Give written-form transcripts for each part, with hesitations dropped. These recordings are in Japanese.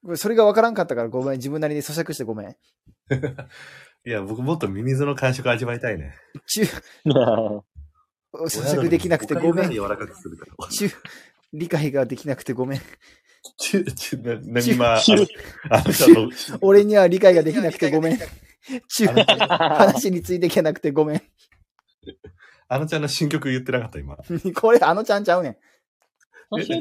それが分からんかったからごめん。自分なりに咀嚼してごめん。 いや、僕もっとミミズの感触味わいたいね。 咀嚼できなくてごめん。 柔らかくするから。 理解ができなくてごめん。 今、 俺には理解ができなくてごめん。話についていけなくてごめん。 あのちゃんの新曲言ってなかった、今。 これ、あのちゃんちゃうねん。あのちゃん。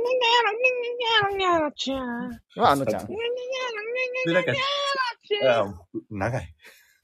長い。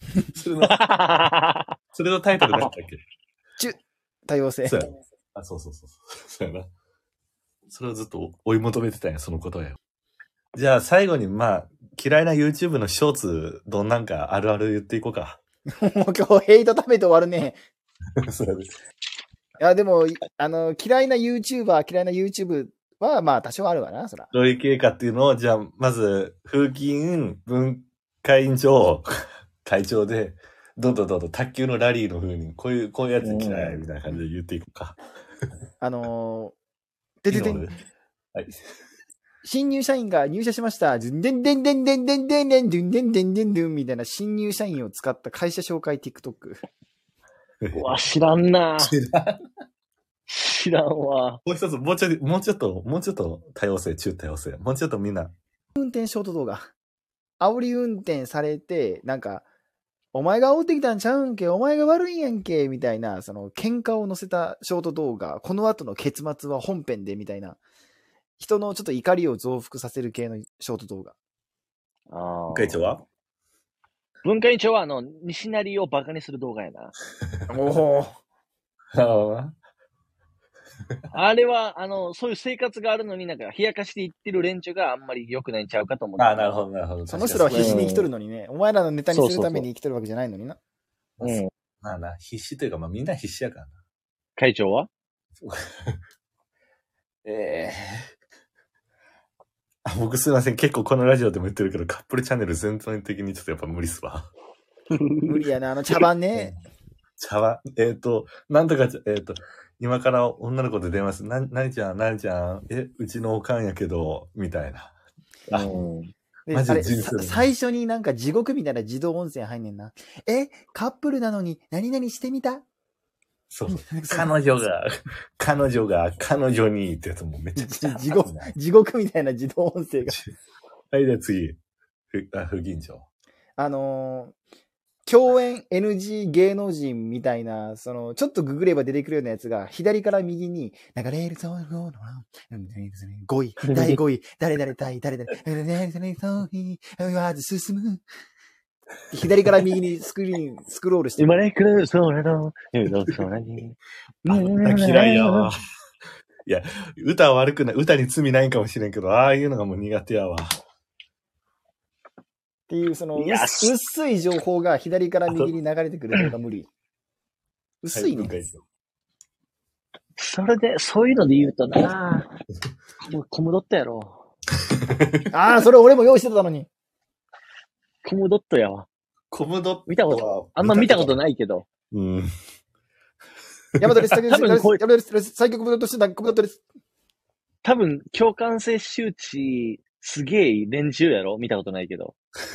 それのタイトル何だっけ？ 多様性。 そうやな。そう。そうやな。それをずっと追い求めてたんや、そのことや。じゃあ最後に、嫌いな YouTube のショーツ、どんなんかあるある言っていこうか。 もう今日ヘイト食べて終わるね。 そうです。 いや、でも、嫌いな YouTuber、嫌いな YouTube は、多少あるわな、そら。 どういう経過っていうのを、じゃあ、まず、風紀文化委員長、会長で、どんどん卓球のラリーの風に、こういうやつ嫌いみたいな感じで言っていこうか。はい。 新入社員が入社しました。ドゥンデンデンデンデンデンデンデンドゥンデンデンデンデンみたいな新入社員を使った会社紹介 TikTok。 うわ、知らんな。知らんわ。 もう一つ、もうちょっと多様性、中多様性。もうちょっとみんな。 運転ショート動画。煽り運転されて、なんか、お前が煽ってきたんちゃうんけ、お前が悪いんやんけ、みたいな、その喧嘩を載せたショート動画、この後の結末は本編で、みたいな、人のちょっと怒りを増幅させる系のショート動画。 会長は文化委員長は、西成をバカにする動画やな。 おお。 あれは、そういう生活があるのになんか、冷やかしていってる連中があんまり良くないんちゃうかと思って。 なるほど、なるほど。 その人らは必死に生きとるのにね、お前らのネタにするために生きとるわけじゃないのにな。 必死というか、みんな必死やからな。 会長は僕すいません。結構このラジオでも言ってるけど、カップルチャンネル全体的にちょっとやっぱ無理っすわ。 無理やな、茶番ね。 茶番。なんとか、今から女の子で電話する。なにちゃん、うちのおかんやけど、みたいな。 マジで最初になんか地獄みたいな自動音声入んねんな。カップルなのに何々してみた？ そう。彼女が彼女にってやつもめちゃくちゃ。 地獄みたいな自動音声が。 はい、で次。不銀長。 共演 NG 芸能人みたいな、ちょっとググれば出てくるようなやつが、左から右に、流れるそうの、5位、第5位、誰々対誰々、進む。左から右にスクロールして。 生まれくる空の、空に。 嫌いやわ。いや、歌は悪くない、歌に罪ないかもしれんけど、ああいうのがもう苦手やわ。 っていう、薄い情報が左から右に流れてくるのが無理。薄いね。 それで、そういうので言うとなコムドットやろ。 それ俺も用意してたのに。 コムドットやわ。 コムドットはあんま見たことないけど。 山田です。最強コムドットしてたコムドットです。 多分、共感性周知、すげえ連中やろ？見たことないけど。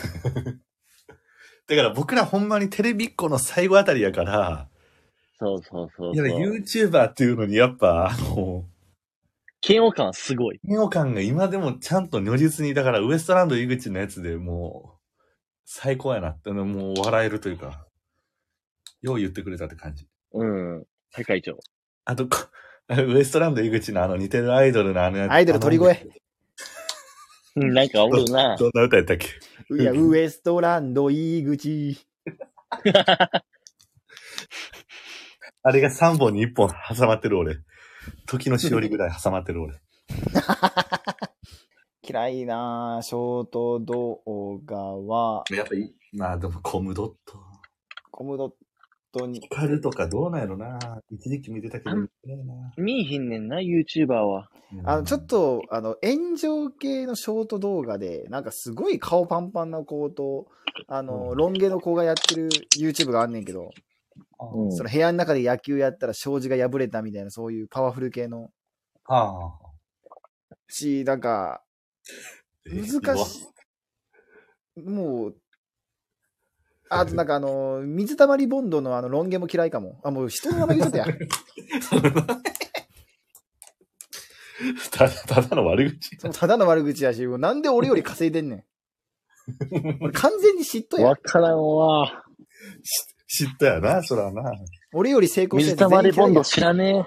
だから僕らほんまにテレビっ子の最後あたりやから。 そう。 いや、YouTuber っていうのにやっぱ、 嫌悪感はすごい。 嫌悪感が今でもちゃんと如実に、だからウエストランド井口のやつでもう、最高やなってもう笑えるというか、よう言ってくれたって感じ。 会長。 あと、ウエストランド井口の似てるアイドルのやつ。 アイドル鳥越。 なんかおるな。 どんな歌やったっけ？ いや、ウエストランド井口。 あれが3本に1本挟まってる俺。時のしおりぐらい挟まってる俺。 嫌いなショート動画は。 やっぱり、でもコムドット。 コムドットに。 光るとかどうなんやろな。一時期見てたけど。 見えひんねんな、YouTuber は。 ちょっと、炎上系のショート動画で、なんかすごい顔パンパンな子と、ロン毛の子がやってる YouTube があんねんけど、その部屋の中で野球やったら障子が破れたみたいな、そういうパワフル系の。なんか、 難しい。もう、あとなんか水溜りボンドのロン毛も嫌いかも。あ、もう人の名前言うとったや。 ただの悪口。 ただの悪口やし、もうなんで俺より稼いでんねん。俺完全に嫉妬やわ。からんわ。 知ったやな、そらな。 俺より成功して水溜りボンド知らね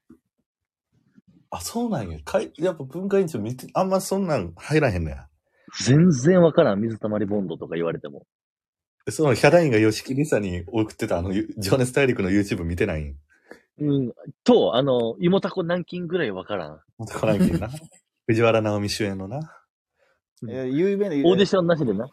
あ、そうなんや。やっぱ文化委員長あんまそんなん入らへんのや。 え。全然わからん。水溜りボンドとか言われても。 そのヒャダインが吉木りさに送ってた情熱大陸の YouTube 見てないん？ うん。芋たこ南京ぐらいわからん。 また来ないけんな。藤原直美主演のな。 有名なオーディションなしでな。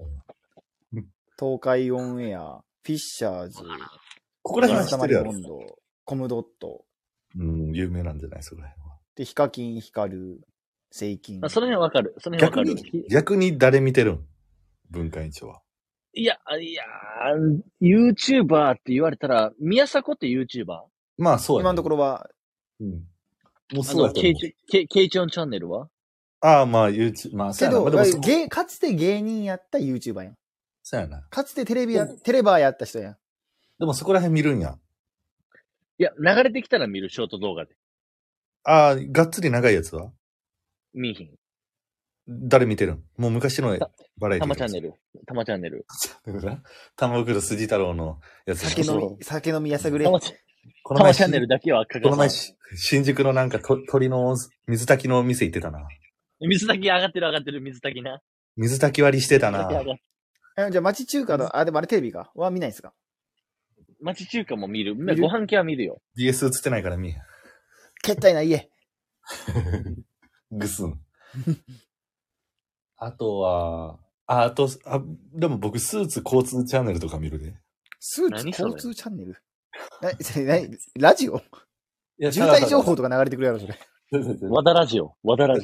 東海オンエア、フィッシャーズ、 ここら辺は知ってるやろボ。ンド、コムドット、 うん、有名なんじゃないそこら辺は。 で、ヒカキン、ヒカル、セイキン。 あ、その辺わかる。その辺わかる。 逆に誰見てるん？文化委員長は。 いや、YouTuber って言われたら、宮迫って YouTuber？ まあそうや、ね。 今のところは、 うん。もうそうやと思う。 ケイチョンチャンネルは？ ああ、まあ YouTube、まあけど、 でもかつて芸人やった YouTuber やん。 そうやな。 かつてテレバーやった人やん。 でもそこら辺見るんや。 いや、流れてきたら見る、ショート動画で。 ああ、がっつり長いやつは見えひん。 誰見てるん？もう昔のバラエティー。 たまチャンネル。たまチャンネル。 玉袋筋太郎のやつ。 酒飲みやさぐれ。 たまチャンネルだけは欠かさない。 この前、新宿のなんか鳥の水炊きの店行ってたな。 水炊き上がってる、水炊きな。 水炊き割りしてたな。 じゃあ町中華の、でもあれテレビかは見ないんすか？ 町中華も見る。ご飯系は見るよ。 BS 映ってないから見えへん。 けったいな家。 ぐすん。あとは、でも僕スーツ交通チャンネルとか見るで。 スーツ交通チャンネルラジオ？ いや、 渋滞情報とか流れてくるやろ、それ。 和田ラジオ。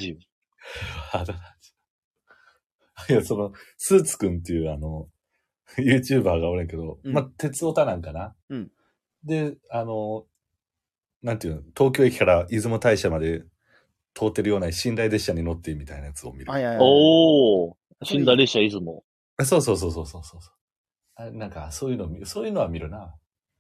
いや、スーツくんっていうYouTuber がおるんやけど、まあ、鉄オタなんかな。 うん。 で、なんていうの、東京駅から出雲大社まで通ってるような寝台列車に乗ってみたいなやつを見る。 おー。寝台列車出雲。 そう。なんか、そういうのは見るな。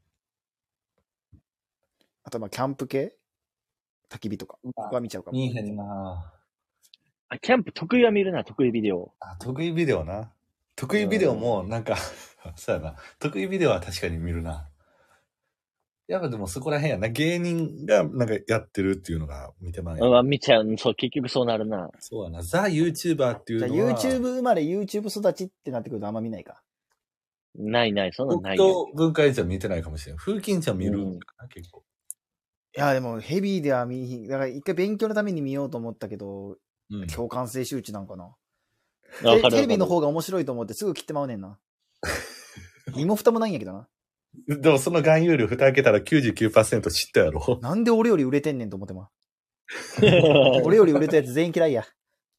あと、キャンプ系焚き火とか。は見ちゃうかも。 見えへんな。 キャンプ得意は見るな、得意ビデオ。 得意ビデオな。得意ビデオも、なんか、そうやな。得意ビデオは確かに見るな。やっぱでもそこら辺やな。芸人がなんかやってるっていうのが見てまうやん。 見ちゃう。そう、結局そうなるな。 そうやな。ザ・ YouTuber っていうのは。 じゃあ YouTube 生まれ YouTube 育ちってなってくるとあんま見ないか。 ない、そんなのないよ。 僕と文化委員長見てないかもしれない。風紀委員長見るかな、結構。 いや、でもヘビーでは見ひん。だから一回勉強のために見ようと思ったけど、共感性周知なんかな。テレビの方が面白いと思ってすぐ切ってまうねんな。身も蓋もないんやけどな。 でもその含有量蓋開けたら 99% 知ったやろ。 なんで俺より売れてんねんと思ってま。俺より売れたやつ全員嫌いや。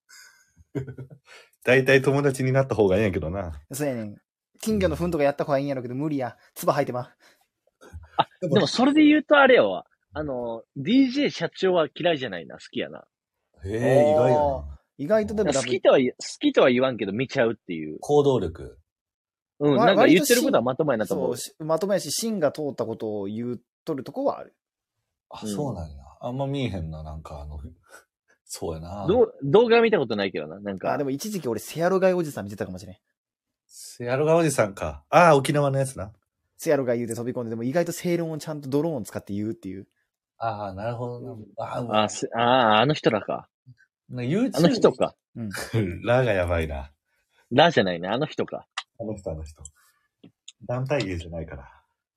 大体友達になった方がいいんやけどな。 そうやねん。金魚の糞とかやった方がいいんやろうけど無理や。唾吐いてま。 でもそれで言うとあれよ。DJ 社長は嫌いじゃないな。好きやな。 意外やな。 意外とでも好きとは言わんけど見ちゃうっていう。 行動力。 なんか言ってることはまともやなと思う。 そう、まともやし、芯が通ったことを言うとるとこはある。 そうなんや。あんま見えへんな、なんかそうやな。 動画は見たことないけどな、なんか。 でも一時期俺、セアロガイおじさん見てたかもしれん。 セアロガイおじさんか。沖縄のやつな。 セアロガイ言うて飛び込んで、でも意外と正論をちゃんとドローン使って言うっていう。 なるほどな。 あの人らか。 YouTube あの人か。 ラがやばいな。 ラじゃないね、あの人か。 あの人。団体芸じゃないから。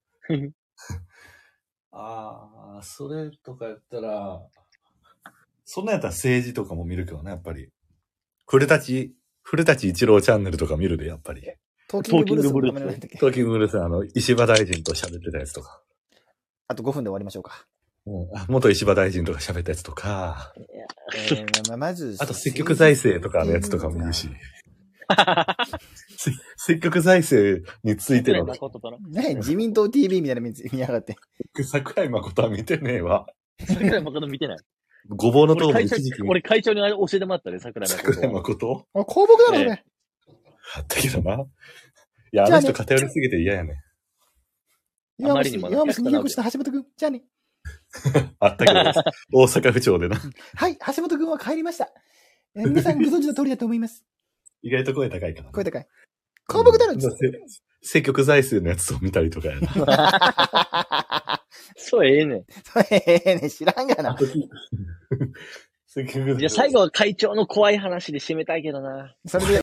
それとかやったら、そんなんやったら政治とかも見るけどね、やっぱり。古舘一郎チャンネルとか見るで、やっぱり。 トーキングブルース。 トーキングブルース、石破大臣と喋ってたやつとか。 あと5分で終わりましょうか。 元石破大臣とか喋ったやつとか。 まず、 あと積極財政とかのやつとかも言うし。積極財政についての。 自民党 TV みたいな見やがって。 桜井誠は見てねえわ。 桜井誠見てない。 ごぼうの塔も一時期。 俺会長に教えてもらったね、桜山桜山ことあ、公僕だろ、俺。 あったけどな。いや、あの人偏りすぎて嫌やね。 あまりにも弱虫に入国した橋本くん。じゃあね。 あったけど、大阪府庁でな。 はい、橋本くんは帰りました。皆さんご存知の通りだと思います。 意外と声高いから。 声高い。公僕だろ、 積極財政のやつを見たりとかやな。 そうええねん。 そうええね、知らんがな。 いや、最後は会長の怖い話で締めたいけどな。 それで、